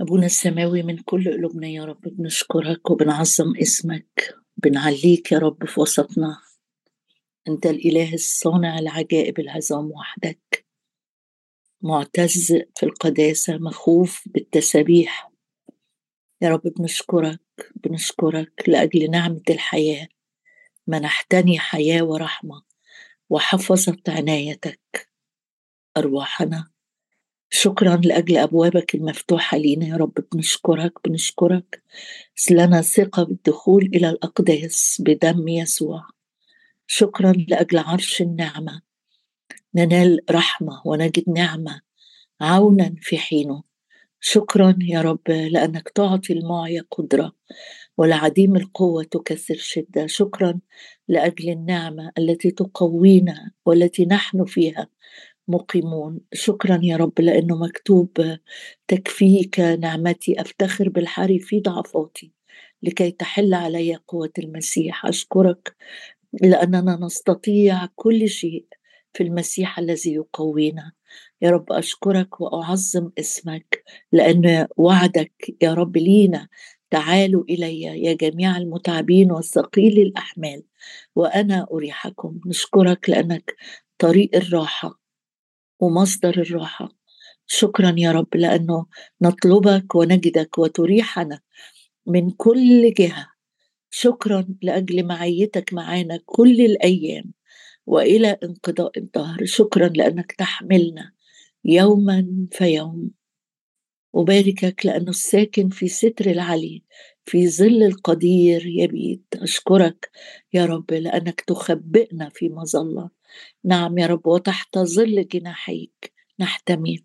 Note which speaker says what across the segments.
Speaker 1: أبونا السماوي، من كل قلوبنا يا رب بنشكرك وبنعظم اسمك، بنعليك يا رب في وسطنا. أنت الإله الصانع العجائب العظام وحدك، معتز في القداسة، مخوف بالتسابيح. يا رب بنشكرك لأجل نعمة الحياة، منحتني حياة ورحمة وحفظت عنايتك أرواحنا. شكرا لأجل أبوابك المفتوحة لينا يا رب. بنشكرك لنا ثقة بالدخول إلى الأقداس بدم يسوع. شكرا لأجل عرش النعمة، ننال رحمة ونجد نعمة عونا في حينه. شكرا يا رب لأنك تعطي المعي قدرة والعديم القوة تكثر شدة. شكرا لأجل النعمة التي تقوينا والتي نحن فيها مقيمون. شكرا يا رب لأنه مكتوب: تكفيك نعمتي، أفتخر بالحري في ضعفاتي لكي تحل علي قوة المسيح. أشكرك لأننا نستطيع كل شيء في المسيح الذي يقوينا. يا رب أشكرك وأعظم اسمك لأن وعدك يا رب لينا: تعالوا إلي يا جميع المتعبين والثقيل الأحمال وأنا أريحكم. نشكرك لأنك طريق الراحة ومصدر الراحة. شكرا يا رب لأنه نطلبك ونجدك وتريحنا من كل جهة. شكرا لأجل معيتك معانا كل الأيام وإلى انقضاء الدهر. شكرا لأنك تحملنا يوما فيوم. أباركك لأنه الساكن في ستر العلي في ظل القدير يبيت. أشكرك يا رب لأنك تخبئنا في مظلة. نعم يا رب، وتحت ظل جناحيك نحتمي.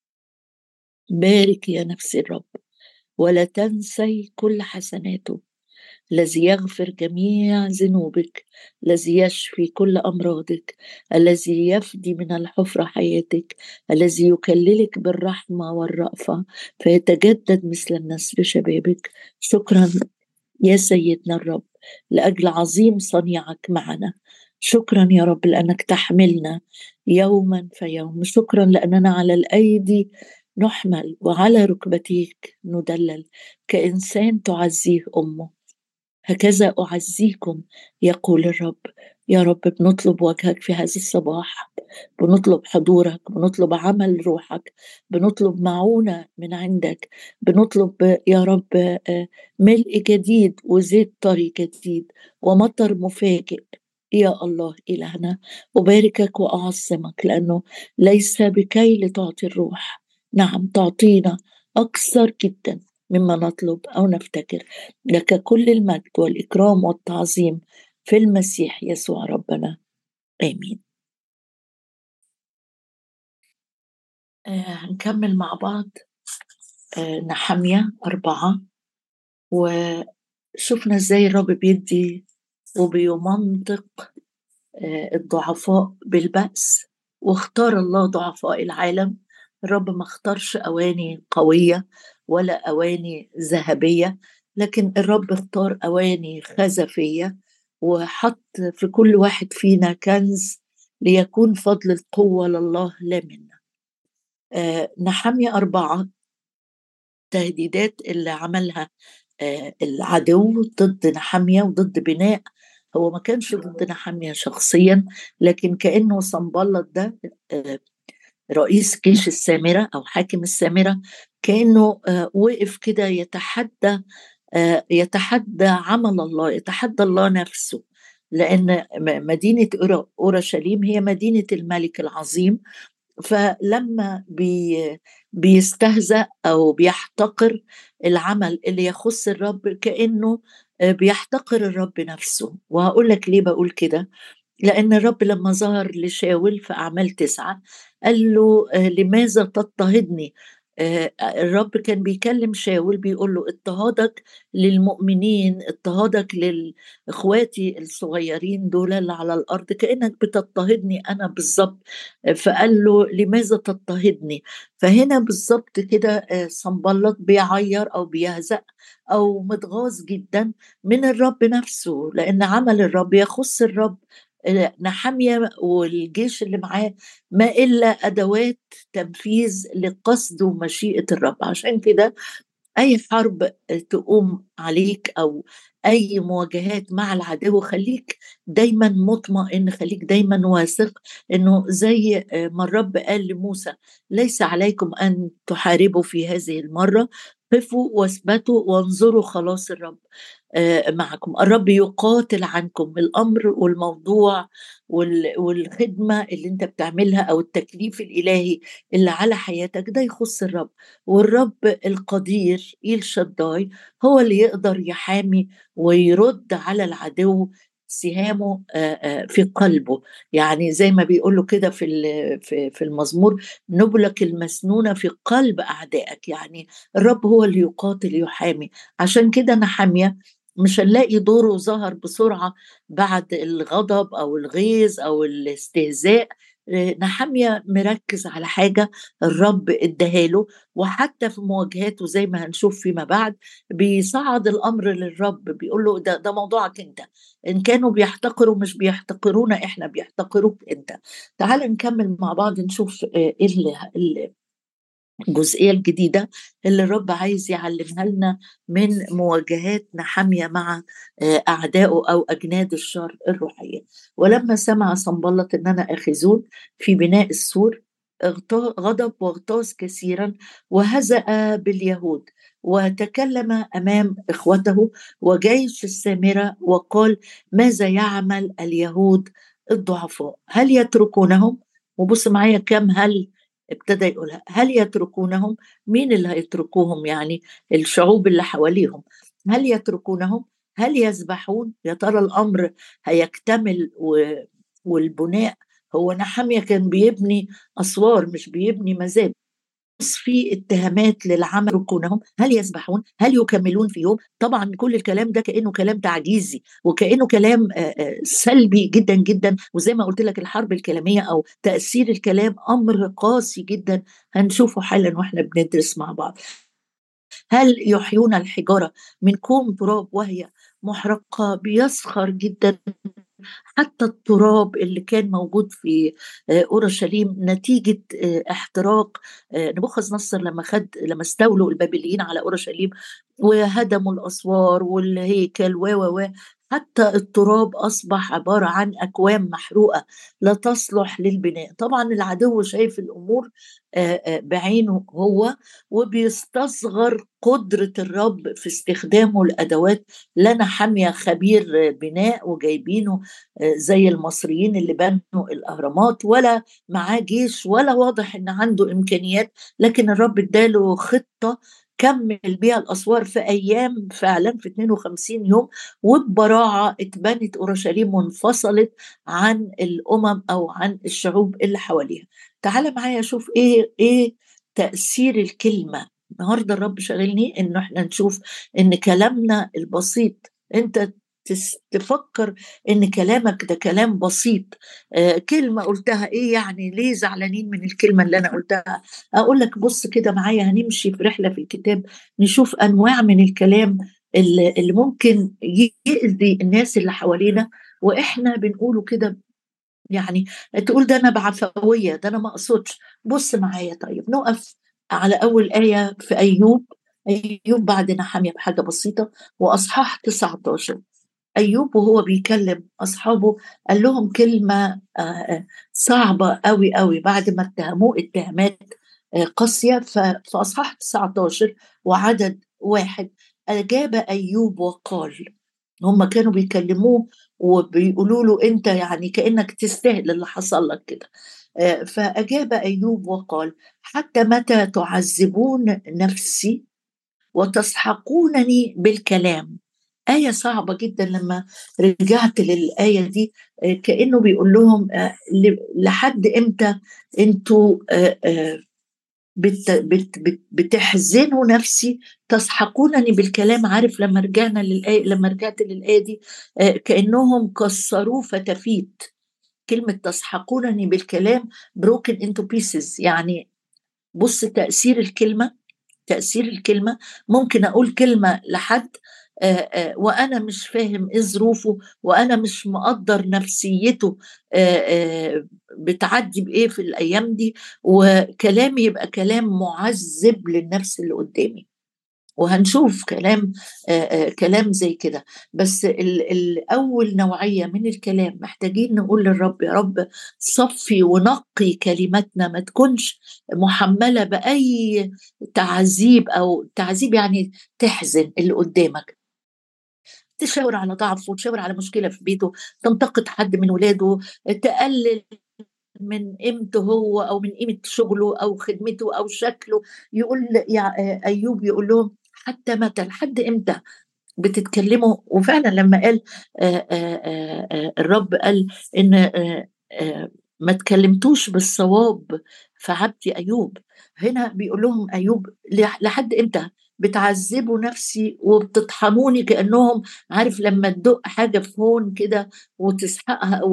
Speaker 1: بارك يا نفس الرب ولا تنسي كل حسناته، الذي يغفر جميع ذنوبك، الذي يشفي كل أمراضك، الذي يفدي من الحفرة حياتك، الذي يكللك بالرحمة والرأفة فيتجدد مثل النسر شبابك. شكرا يا سيدنا الرب لأجل عظيم صنيعك معنا. شكرا يا رب لأنك تحملنا يوما فيوم. شكرا لأننا على الأيدي نحمل وعلى ركبتيك ندلل كإنسان تعزيه أمه. هكذا أعزيكم يقول الرب. يا رب بنطلب وجهك في هذا الصباح، بنطلب حضورك، بنطلب عمل روحك، بنطلب معونة من عندك، بنطلب يا رب ملء جديد وزيت طري جديد ومطر مفاجئ. يا الله إلهنا، أباركك وأعظمك لأنه ليس بكي لتعطي الروح، نعم تعطينا أكثر جدا مما نطلب أو نفتكر. لك كل المجد والإكرام والتعظيم في المسيح يسوع ربنا، آمين. هنكمل مع بعض نحمية 4، وشفنا ازاي الرب بيدي وبيمنطق الضعفاء بالبأس. واختار الله ضعفاء العالم. الرب ما اختارش أواني قوية ولا أواني ذهبية، لكن الرب اختار أواني خزفية وحط في كل واحد فينا كنز ليكون فضل القوة لله لا منا. نحمية 4، تهديدات اللي عملها العدو ضد نحمية وضد بناء. هو ما كانش ضد نحمية شخصيا، لكن كأنه صنبلط ده رئيس جيش السامرة أو حاكم السامرة، كأنه وقف كده يتحدى عمل الله، يتحدى الله نفسه. لأن مدينة أورشليم هي مدينة الملك العظيم. فلما بيستهزأ أو بيحتقر العمل اللي يخص الرب كأنه بيحتقر الرب نفسه. وهقول لك ليه بقول كده. لأن الرب لما ظهر لشاول في أعمال 9 قال له لماذا تضطهدني؟ الرب كان بيكلم شاول بيقول له: اضطهادك للمؤمنين، اضطهادك لإخواتي الصغيرين دول اللي على الأرض، كأنك بتضطهدني أنا بالظبط. فقال له: لماذا تضطهدني؟ فهنا بالظبط كده صنبلط بيعير أو بيهزأ أو متغاظ جدا من الرب نفسه، لأن عمل الرب يخص الرب. نحمية والجيش اللي معاه ما إلا أدوات تنفيذ لقصد ومشيئة الرب. عشان كده أي حرب تقوم عليك أو أي مواجهات مع العدو، خلّيك دايمًا مطمئن، خلّيك دايمًا واثق إنه زي ما الرب قال لموسى: "ليس عليكم أن تحاربوا في هذه المرّة، قفوا واثبتوا وانظروا خلاص الرب معكم." الرب يقاتل عنكم. الأمر والموضوع والخدمة اللي أنت بتعملها أو التكليف الإلهي اللي على حياتك ده يخُص الرب. والرب القدير إيل شداي هو اللي يقدر يحامي ويرد على العدو سهامه في قلبه. يعني زي ما بيقولوا كده في المزمور: نبلك المسنونة في قلب أعدائك. يعني الرب هو اللي يقاتل يحامي. عشان كده نحمية مش هنلاقي دوره ظهر بسرعة بعد الغضب أو الغيظ أو الاستهزاء. نحمية مركز على حاجة الرب اداها، وحتى في مواجهاته زي ما هنشوف فيما بعد بيصعد الأمر للرب، بيقول له: ده موضوعك أنت. إن كانوا بيحتقروا مش بيحتقرونا إحنا، بيحتقروك أنت. تعال نكمل مع بعض نشوف إيه الجزئية الجديدة اللي الرب عايز يعلمها لنا من مواجهات نحمية مع أعدائه أو أجناد الشر الروحية. ولما سمع صنبلط أننا آخذون في بناء السور، غضب واغتاظ كثيرا وهزأ باليهود، وتكلم أمام إخوته وجيش السامرة وقال: ماذا يعمل اليهود الضعفاء؟ هل يتركونهم؟ وبص معايا كم هل ابتدى يقولها: هل يتركونهم؟ مين اللي هيتركوهم يعني؟ الشعوب اللي حواليهم. هل يتركونهم؟ هل يذبحون؟ يا ترى الأمر هيكتمل والبناء. هو نحمية كان بيبني أسوار مش بيبني مزابل. في اتهامات للعمل. يتركونهم؟ هل يسبحون؟ هل يكملون في يوم؟ طبعا كل الكلام ده كأنه كلام تعجيزي وكأنه كلام سلبي جدا جدا. وزي ما قلت لك الحرب الكلامية أو تأثير الكلام أمر قاسي جدا، هنشوفه حالا واحنا بندرس مع بعض. هل يحيون الحجارة من كوم تراب وهي محرقة؟ بيسخر جدا. حتى التراب اللي كان موجود في أورشليم نتيجة احتراق نبوخذ نصر لما استولوا البابليين على أورشليم وهدموا الأسوار والهيكل و حتى التراب أصبح عبارة عن أكوام محروقة لا تصلح للبناء. طبعا العدو شايف الأمور بعينه هو، وبيستصغر قدرة الرب في استخدامه الأدوات. لنا حامية خبير بناء وجايبينه زي المصريين اللي بنوا الأهرامات، ولا معاه جيش ولا واضح إن عنده إمكانيات، لكن الرب اداله خطة كمل بيها الأسوار في أيام، فعلا في 52 يوم، وببراعة اتبنت أورشليم وانفصلت عن الأمم أو عن الشعوب اللي حواليها. تعال معايا شوف إيه تأثير الكلمة. النهاردة الرب شغلني إنه احنا نشوف إن كلامنا البسيط، أنت تفكر ان كلامك ده كلام بسيط. كلمة قلتها ايه يعني؟ ليه زعلانين من الكلمة اللي انا قلتها؟ اقول لك بص كده معايا، هنمشي في رحلة في الكتاب نشوف انواع من الكلام اللي ممكن يؤذي الناس اللي حوالينا واحنا بنقوله كده. يعني تقول ده انا بعفوية، ده انا ما اقصدش. بص معايا طيب، نقف على اول آية في ايوب. ايوب بعد نحمية بحاجة بسيطة، واصحاح 19. أيوب وهو بيكلم أصحابه قال لهم كلمة صعبة قوي قوي بعد ما اتهموه اتهامات قاسية. في أصحاح 19 وعدد 1 أجاب أيوب وقال. هم كانوا بيكلموه وبيقولوا له أنت يعني كأنك تستاهل اللي حصل لك كده. فأجاب أيوب وقال: حتى متى تعذبون نفسي وتسحقونني بالكلام؟ آية صعبة جدا. لما رجعت للآية دي كأنه بيقول لهم لحد إمتى أنتوا بتحزنوا نفسي، تسحقونني بالكلام. عارف لما رجعت للآية دي كأنهم كسروا فتفيت. كلمة تسحقونني بالكلام broken into pieces. يعني بص تأثير الكلمة. ممكن أقول كلمة لحد وأنا مش فاهم إيه ظروفه وأنا مش مقدر نفسيته بتعدي بإيه في الأيام دي، وكلامي يبقى كلام معذب للنفس اللي قدامي. وهنشوف كلام زي كده. بس الأول نوعية من الكلام محتاجين نقول للرب: يا رب صفي ونقي كلماتنا، ما تكونش محملة بأي تعذيب، أو تعذيب يعني تحزن اللي قدامك، تشاور على ضعفه وتشاور على مشكلة في بيته، تنتقد حد من ولاده، تقلل من قيمته هو او من قيمه شغله او خدمته او شكله. يقول يا ايوب، يقول لهم: حتى متى، لحد امتى بتتكلموا؟ وفعلا لما قال الرب قال ان ما تكلمتوش بالصواب فعبدي ايوب. هنا بيقول لهم ايوب: لحد امتى بتعذبوا نفسي وبتطحنوني؟ كانهم، عارف لما تدق حاجه في هون كده وتسحقها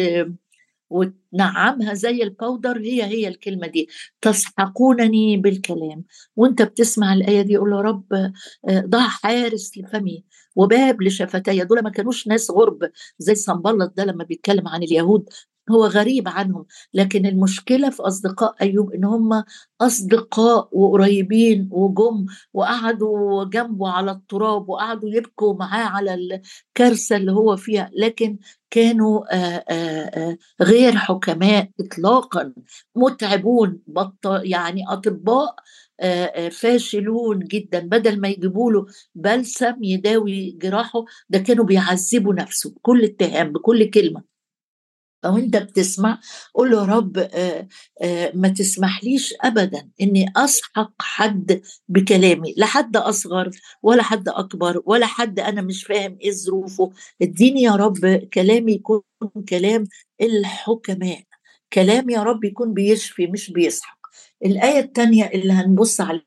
Speaker 1: وتنعمها زي الباودر، هي الكلمة دي: تسحقونني بالكلام. وانت بتسمع الآية دي قول يا رب ضع حارس لفمي وباب لشفتي. دول ما كانوش ناس غرب زي صنبلط ده لما بيتكلم عن اليهود، هو غريب عنهم. لكن المشكلة في أصدقاء أيوب إن هم أصدقاء وقريبين، وجم وقعدوا جنبه على التراب وقعدوا يبكوا معاه على الكارثة اللي هو فيها، لكن كانوا غير حكماء إطلاقا، متعبون، يعني أطباء فاشلون جدا. بدل ما يجيبوا له بلسم يداوي جراحه، ده كانوا بيعذبوا نفسه بكل اتهام بكل كلمة. أو أنت بتسمع قول له: يا رب ما تسمحليش أبدا إني أسحق حد بكلامي، لا حد أصغر ولا حد أكبر ولا حد أنا مش فاهم إيه ظروفه. اديني يا رب كلامي يكون كلام الحكماء، كلام يا رب يكون بيشفي مش بيسحق. الآية التانية اللي هنبص عليها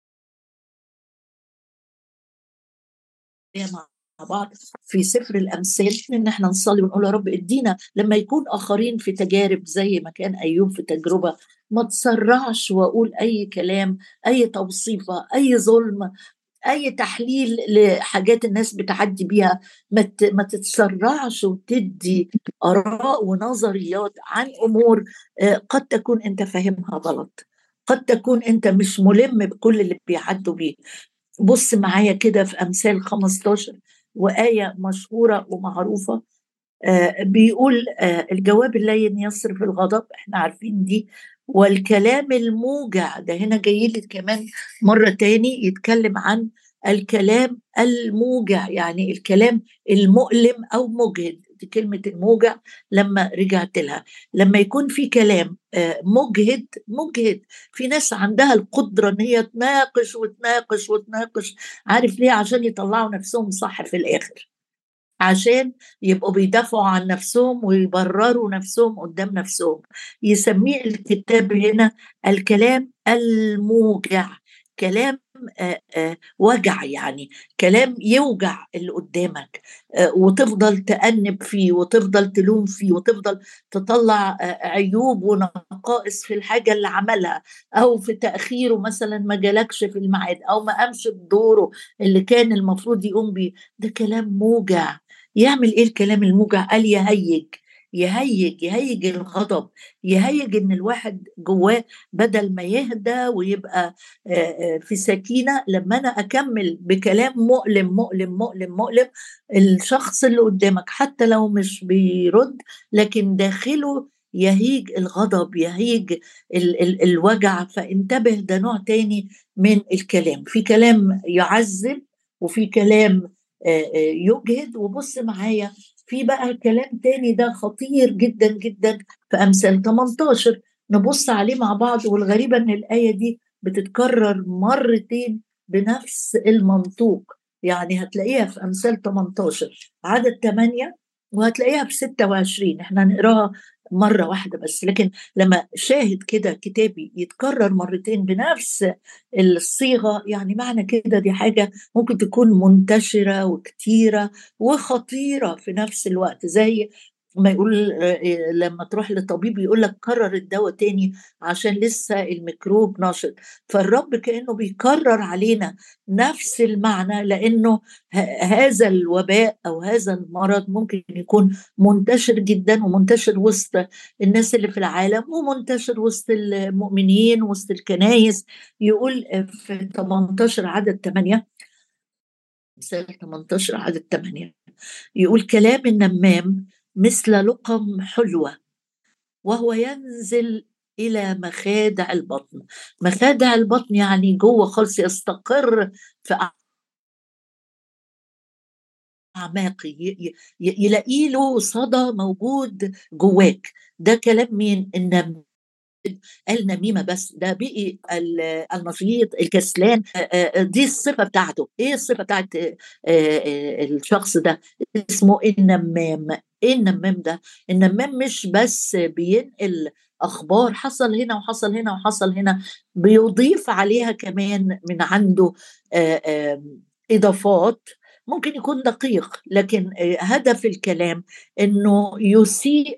Speaker 1: مع بعض في سفر الأمثال، إن احنا نصلي ونقول: يا رب ادينا لما يكون آخرين في تجارب زي ما كان أيوب في تجربة، ما تسرعش وأقول أي كلام، أي توصيفة، أي ظلم، أي تحليل لحاجات الناس بتعدي بيها. ما تتسرعش وتدي آراء ونظريات عن أمور قد تكون أنت فاهمها غلط، قد تكون أنت مش ملم بكل اللي بيعدوا بيه. بص معايا كده في أمثال 15، وآية مشهورة ومعروفة بيقول: الجواب اللين يصرف الغضب، احنا عارفين دي، والكلام الموجع. ده هنا جاي لي كمان مرة تاني يتكلم عن الكلام الموجع، يعني الكلام المؤلم أو مجهد. دي كلمة الموجع لما رجعت لها، لما يكون في كلام مجهد. في ناس عندها القدرة ان هي تناقش وتناقش وتناقش، عارف ليه؟ عشان يطلعوا نفسهم صح في الآخر، عشان يبقوا بيدافعوا عن نفسهم ويبرروا نفسهم قدام نفسهم. يسميه الكتاب هنا الكلام الموجع، كلام وجع، يعني كلام يوجع اللي قدامك، وتفضل تأنب فيه وتفضل تلوم فيه وتفضل تطلع عيوب ونقائص في الحاجة اللي عملها، أو في تأخيره مثلا ما جالكش في الميعاد، أو ما قامش بدوره اللي كان المفروض يقوم بيه. ده كلام موجع. يعمل ايه الكلام الموجع؟ قال: يهيج الغضب، يهيج ان الواحد جواه بدل ما يهدى ويبقى في سكينة. لما انا اكمل بكلام مؤلم مؤلم مؤلم مؤلم، الشخص اللي قدامك حتى لو مش بيرد، لكن داخله يهيج الغضب، يهيج الوجع. فانتبه، ده نوع تاني من الكلام. في كلام يعذب، وفي كلام يجهد. وبص معايا في بقى كلام تاني ده خطير جدا جدا في أمثال 18، نبص عليه مع بعض. والغريبة ان الآية دي بتتكرر مرتين بنفس المنطوق، يعني هتلاقيها في أمثال 18 عدد 8، وهتلاقيها في 26. احنا هنقراها مرة واحدة بس، لكن لما شاهد كده كتابي يتكرر مرتين بنفس الصيغة، يعني معنى كده دي حاجة ممكن تكون منتشرة وكتيرة وخطيرة في نفس الوقت. زي ما يقول لما تروح لطبيب يقول لك كرر الدواء تاني عشان لسه الميكروب نشط. فالرب كأنه بيكرر علينا نفس المعنى، لأنه هذا الوباء أو هذا المرض ممكن يكون منتشر جدا، ومنتشر وسط الناس اللي في العالم، ومنتشر وسط المؤمنين وسط الكنايس. يقول في 18 عدد 8، مثال 18 عدد 8، يقول كلام النمام مثل لقم حلوة وهو ينزل إلى مخادع البطن. مخادع البطن يعني جوه خالص، يستقر في أعماقي، يلاقي له صدى موجود جواك. ده كلام مين؟ النمام. النميمة بس ده بقي النشيط الكسلان. دي الصفة بتاعته. ايه الصفة بتاعت الشخص ده؟ اسمه النمام. ايه النمام ده؟ النمام مش بس بينقل اخبار حصل هنا وحصل هنا وحصل هنا، بيضيف عليها كمان من عنده اضافات. ممكن يكون دقيق، لكن هدف الكلام انه يسيء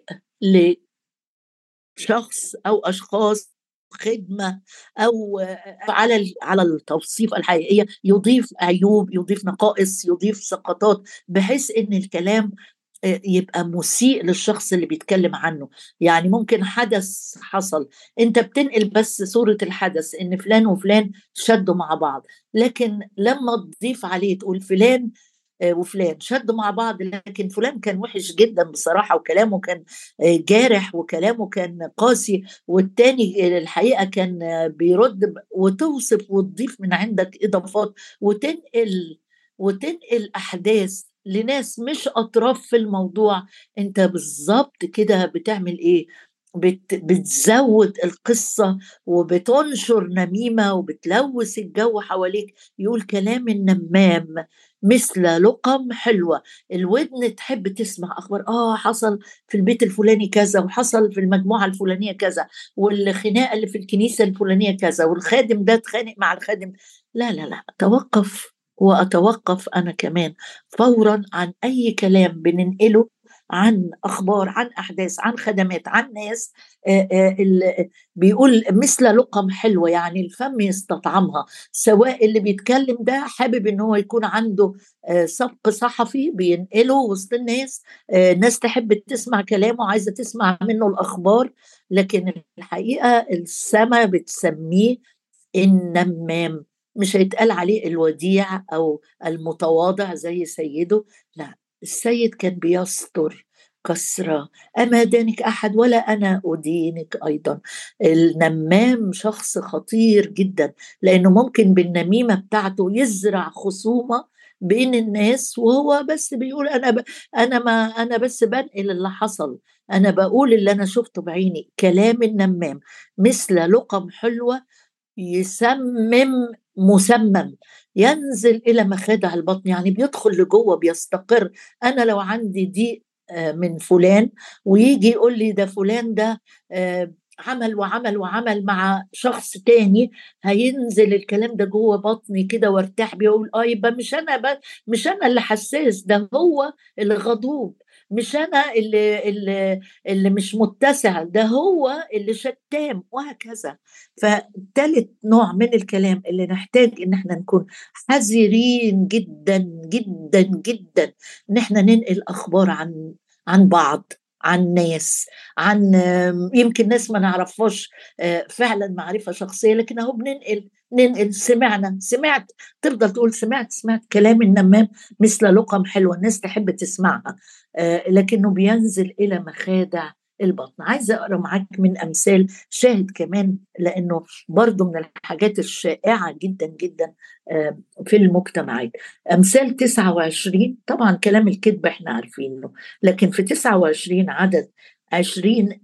Speaker 1: شخص او اشخاص، خدمه، او على التوصيف الحقيقيه، يضيف عيوب، يضيف نقائص، يضيف سقطات، بحيث ان الكلام يبقى مسيء للشخص اللي بيتكلم عنه. يعني ممكن حدث حصل، انت بتنقل بس صورة الحدث ان فلان وفلان شدوا مع بعض، لكن لما تضيف عليه تقول فلان وفلان شدوا مع بعض، لكن فلان كان وحش جدا بصراحة، وكلامه كان جارح، وكلامه كان قاسي، والتاني الحقيقة كان بيرد، وتوصف وتضيف من عندك إضافات، وتنقل أحداث لناس مش أطراف في الموضوع. أنت بالظبط كده بتعمل إيه؟ بتزود القصة، وبتنشر نميمة، وبتلوث الجو حواليك. يقول كلام النمام مثل لقم حلوة. الودن تحب تسمع أخبار، حصل في البيت الفلاني كذا، وحصل في المجموعة الفلانية كذا، والخناقة اللي في الكنيسة الفلانية كذا، والخادم ده اتخانق مع الخادم. لا لا لا، توقف. وأتوقف أنا كمان فورا عن أي كلام بننقله عن أخبار، عن أحداث، عن خدمات، عن ناس. بيقول مثل لقم حلوة، يعني الفم يستطعمها. سواء اللي بيتكلم ده حابب ان هو يكون عنده سبق صحفي بينقله وسط الناس، ناس تحب تسمع كلامه، عايزة تسمع منه الأخبار، لكن الحقيقة السماء بتسميه النمام. مش هيتقال عليه الوديع أو المتواضع زي سيده، لا، السيد كان بيستر كسرة. أما دانك أحد ولا أنا أدينك أيضا. النمام شخص خطير جدا، لأنه ممكن بالنميمة بتاعته يزرع خصومة بين الناس، وهو بس بيقول أنا ما أنا بس بنقل اللي حصل، أنا بقول اللي أنا شفته بعيني. كلام النمام مثل لقم حلوة يسمم، مسمم، ينزل إلى مخادع البطن، يعني بيدخل لجوه، بيستقر. أنا لو عندي ضيق من فلان، ويجي يقول لي ده فلان ده عمل وعمل وعمل مع شخص تاني، هينزل الكلام ده جوه بطني كده وارتاح، بيقول يبقى مش انا اللي حساس، ده هو اللي غضوب. مش انا اللي مش متسع، ده هو اللي شتام، وهكذا. فتالت نوع من الكلام اللي نحتاج ان احنا نكون حذرين جدا جدا جدا، ان احنا ننقل اخبار عن بعض، عن ناس، عن يمكن ناس ما نعرفهاش فعلا معرفة شخصية، لكن اهو ننقل سمعت. تفضل تقول سمعت كلام النمام مثل لقم حلوة، الناس تحب تسمعها، لكنه بينزل إلى مخادع البطن. عايزة أقرأ معاك من أمثال شاهد كمان، لأنه برضو من الحاجات الشائعة جدا جدا في المجتمعات. أمثال 29، طبعا كلام الكذب احنا عارفينه، لكن في 29 عدد 20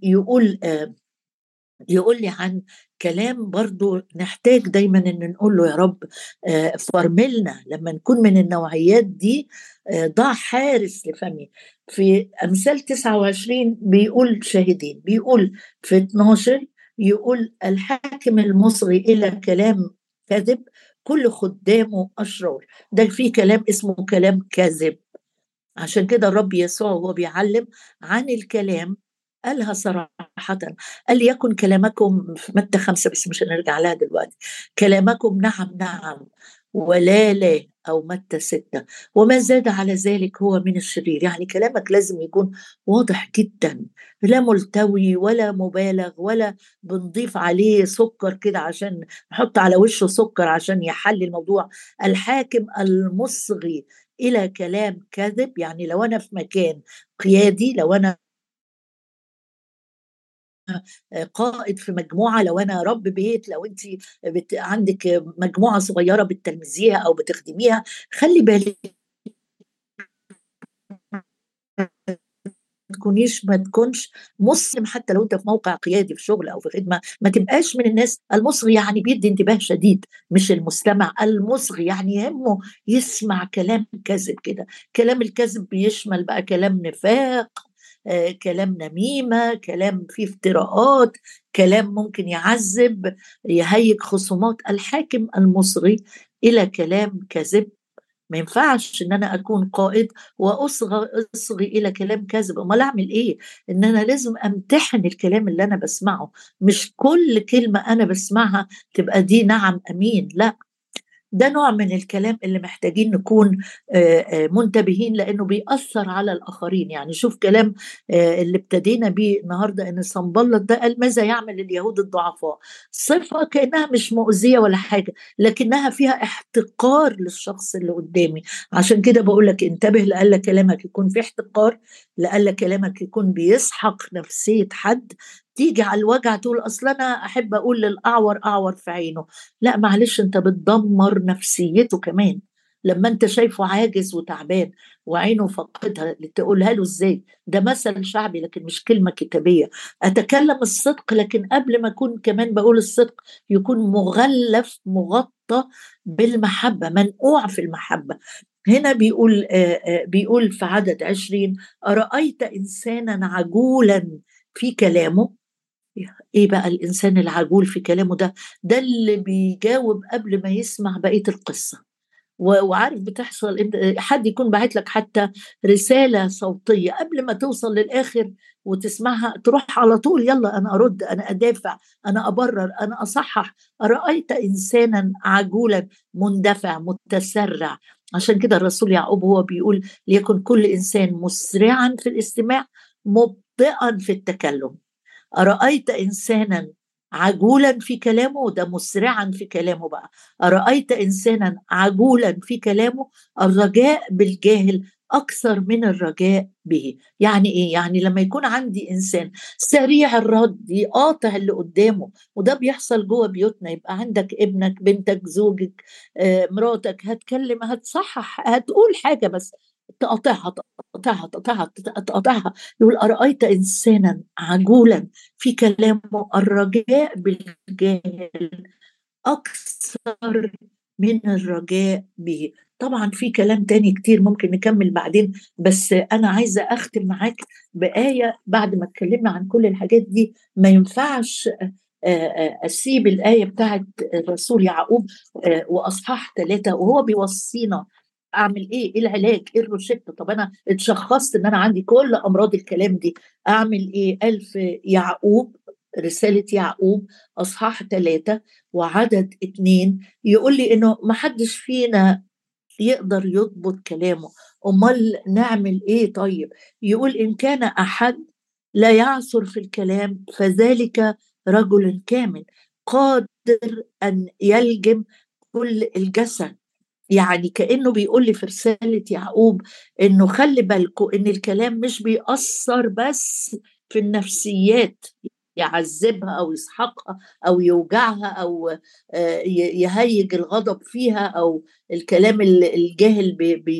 Speaker 1: يقول لي عن كلام برضو نحتاج دايما ان نقول له يا رب فرملنا لما نكون من النوعيات دي، ضع حارس لفمي. في أمثال 29 بيقول شاهدين، بيقول في 12 يقول الحاكم المصغي إلى كلام كذب كل خدامه أشرار. ده في كلام اسمه كلام كذب، عشان كده الرب يسوع وهو بيعلم عن الكلام قالها صراحة، قال يكن كلامكم في متى 5، بس مش هنرجع لها دلوقتي، كلامكم نعم نعم ولا لا، أو متى 6 وما زاد على ذلك هو من الشرير. يعني كلامك لازم يكون واضح جدا، لا ملتوي ولا مبالغ، ولا بنضيف عليه سكر كده عشان نحط على وشه سكر عشان يحل الموضوع. الحاكم المصغي إلى كلام كذب، يعني لو أنا في مكان قيادي، لو أنا قائد في مجموعة، لو أنا رب بيت، لو أنت عندك مجموعة صغيرة بتلمذيها أو بتخدميها، خلي بالك ما تكونش مسلم. حتى لو انت في موقع قيادي في شغل او في خدمه، ما تبقاش من الناس المصغي، يعني بيدي انتباه شديد، مش المستمع المصغي، يعني يهمه يسمع كلام كذب كده. كلام الكذب بيشمل بقى كلام نفاق، كلام نميمه، كلام فيه افتراءات، كلام ممكن يعذب، يهيج خصومات. الحاكم المصغي الى كلام كذب. ما ينفعش ان انا اكون قائد واصغي الى كلام كاذب. امال اعمل ايه؟ ان انا لازم امتحن الكلام اللي انا بسمعه، مش كل كلمه انا بسمعها تبقى دي نعم امين، لا. ده نوع من الكلام اللي محتاجين نكون منتبهين، لأنه بيأثر على الآخرين. يعني شوف كلام اللي ابتدينا بيه النهاردة، إن صنبلط ده قال ماذا يعمل اليهود الضعفاء؟ صفة كأنها مش مؤذية ولا حاجة، لكنها فيها احتقار للشخص اللي قدامي. عشان كده بقول لك انتبه، لألا كلامك يكون فيه احتقار، لألا كلامك يكون بيسحق نفسية حد، تيجي على الوجع تقول أصل أنا أحب أقول للأعور أعور في عينه. لا معلش، انت بتدمر نفسيته كمان. لما انت شايفه عاجز وتعبان وعينه فقدها، تقولها له ازاي؟ ده مثل شعبي لكن مش كلمة كتابية. اتكلم الصدق، لكن قبل ما اكون كمان بقول الصدق يكون مغلف مغطى بالمحبة، منقوع في المحبة. هنا بيقول بيقول في عدد 20: أرأيت إنسانا عجولا في كلامه. ايه بقى الانسان العجول في كلامه ده؟ ده اللي بيجاوب قبل ما يسمع بقية القصة. وعارف بتحصل حد يكون باعت لك حتى رسالة صوتية، قبل ما توصل للآخر وتسمعها تروح على طول يلا أنا أرد، أنا أدافع، أنا أبرر، أنا أصحح. أرأيت إنسانا عجولا مندفع متسرع. عشان كده الرسول يعقوب هو بيقول ليكن كل إنسان مسرعا في الاستماع مبطئا في التكلم. أرأيت إنسانا عجولا في كلامه، ده مسرعا في كلامه بقى. أرأيت إنسانا عجولا في كلامه، الرجاء بالجاهل أكثر من الرجاء به. يعني إيه؟ يعني لما يكون عندي إنسان سريع الرد يقاطع اللي قدامه، وده بيحصل جوه بيوتنا، يبقى عندك ابنك، بنتك، زوجك، مراتك، هتكلم، هتصحح، هتقول حاجة بس تقاطعها تقاطعها تقاطعها تقاطعها. يقول أرأيت إنسانا عجولا في كلامه، الرجاء بالجاهل أكثر من الرجاء به. طبعا في كلام تاني كتير ممكن نكمل بعدين، بس أنا عايزة أختم معاك بآية. بعد ما اتكلمنا عن كل الحاجات دي ما ينفعش أسيب الآية بتاعت الرسول يعقوب وأصحاح 3 وهو بيوصينا اعمل ايه العلاج، ايه الروشته. طب انا اتشخصت ان انا عندي كل امراض الكلام دي، اعمل ايه؟ قال في يعقوب، رساله يعقوب اصحاح 3 وعدد 2، يقول لي انه ما حدش فينا يقدر يضبط كلامه. امال نعمل ايه طيب؟ يقول ان كان احد لا يعثر في الكلام فذلك رجل كامل قادر ان يلجم كل الجسد. يعني كأنه بيقول لي في رسالة يعقوب إنه خلي بالكم إن الكلام مش بيأثر بس في النفسيات، يعذبها أو يسحقها أو يوجعها أو يهيج الغضب فيها، أو الكلام الجاهل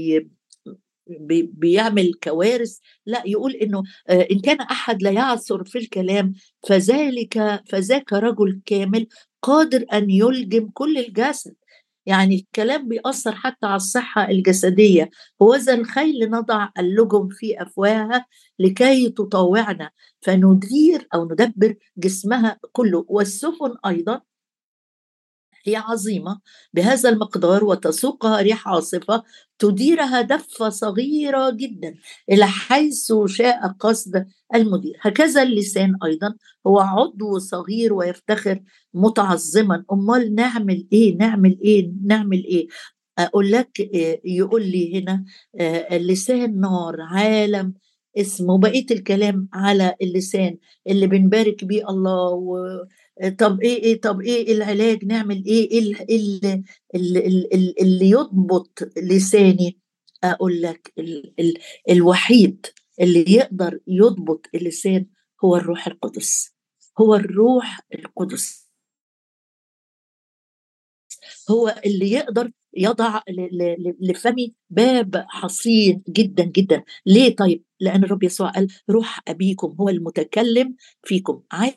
Speaker 1: بيعمل كوارث. لا، يقول انه ان كان احد لا يعثر في الكلام فذاك رجل كامل قادر ان يلجم كل الجسد. يعني الكلام بيأثر حتى على الصحة الجسدية. هوذا الخيل نضع اللجم في أفواهها لكي تطاوعنا فندير أو ندبر جسمها كله، والسفن أيضا هي عظيمة بهذا المقدار وتسوقها ريح عاصفة تديرها دفة صغيرة جدا إلى حيث شاء قصد المدير. هكذا اللسان أيضا هو عضو صغير ويفتخر متعظما. أمال نعمل إيه؟ نعمل إيه؟ نعمل إيه؟ أقول لك يقول لي هنا اللسان نار عالم اسمه. بقية الكلام على اللسان اللي بنبارك بيه الله. طب ايه العلاج؟ نعمل ايه اللي يضبط لساني؟ اقول لك الوحيد اللي يقدر يضبط اللسان هو الروح القدس. هو الروح القدس هو اللي يقدر يضع لفمي باب حصين جدا جدا. ليه؟ طيب لان الرب يسوع قال روح ابيكم هو المتكلم فيكم. عايز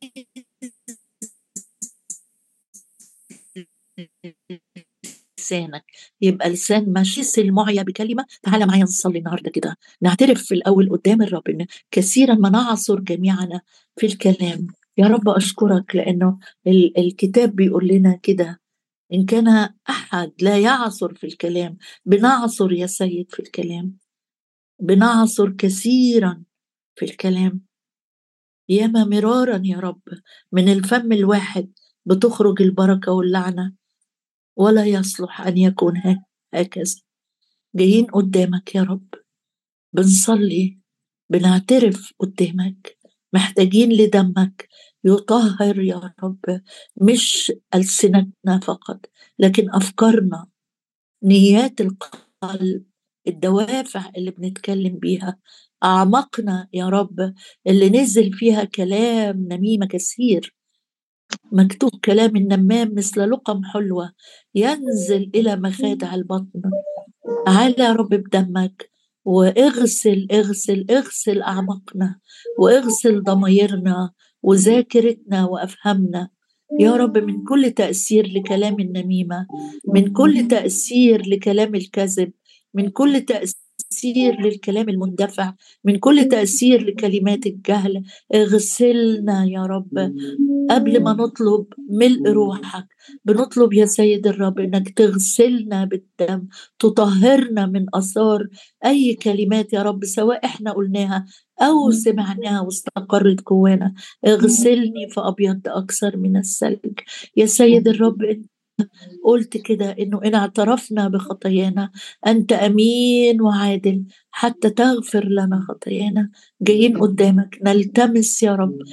Speaker 1: لسانك يبقى لسان ماشي المعيا بكلمة. تعالى معايا نصلي النهاردة كده، نعترف في الأول قدام الرب إن كثيرا ما نعصر جميعنا في الكلام. يا رب أشكرك لأنه الكتاب بيقول لنا كده، إن كان أحد لا يعصر في الكلام. بنعصر يا سيد في الكلام، بنعصر كثيرا في الكلام، ياما مرارا يا رب. من الفم الواحد بتخرج البركة واللعنة، ولا يصلح أن يكون هكذا. جايين قدامك يا رب، بنصلي، بنعترف قدامك، محتاجين لدمك يطهر يا رب مش ألسنتنا فقط، لكن أفكارنا، نيات القلب، الدوافع اللي بنتكلم بيها، أعماقنا يا رب اللي نزل فيها كلام نميمة كثير. مكتوب كلام النمام مثل لقم حلوة ينزل إلى مخادع البطن. تعالى يا رب بدمك واغسل اغسل أعماقنا، واغسل ضميرنا وذاكرتنا وأفهمنا يا رب من كل تأثير لكلام النميمة، من كل تأثير لكلام الكذب، من كل تأثير للكلام المندفع، من كل تأثير لكلمات الجهل. اغسلنا يا رب قبل ما نطلب ملء روحك. بنطلب يا سيد الرب انك تغسلنا بالدم، تطهرنا من اثار اي كلمات يا رب سواء احنا قلناها او سمعناها واستقرت جوانا. اغسلني فابيض اكثر من الثلج. يا سيد الرب قلت كده انه ان اعترفنا بخطايانا انت امين وعادل حتى تغفر لنا خطايانا. جايين قدامك نلتمس يا رب،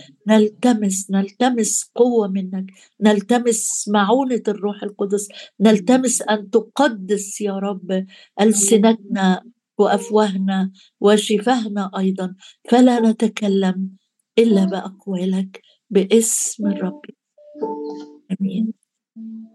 Speaker 1: نلتمس قوة منك، نلتمس معونة الروح القدس، نلتمس ان تقدس يا رب ألسنتنا وأفواهنا وشفاهنا أيضا، فلا نتكلم إلا بأقوالك باسم الرب. آمين.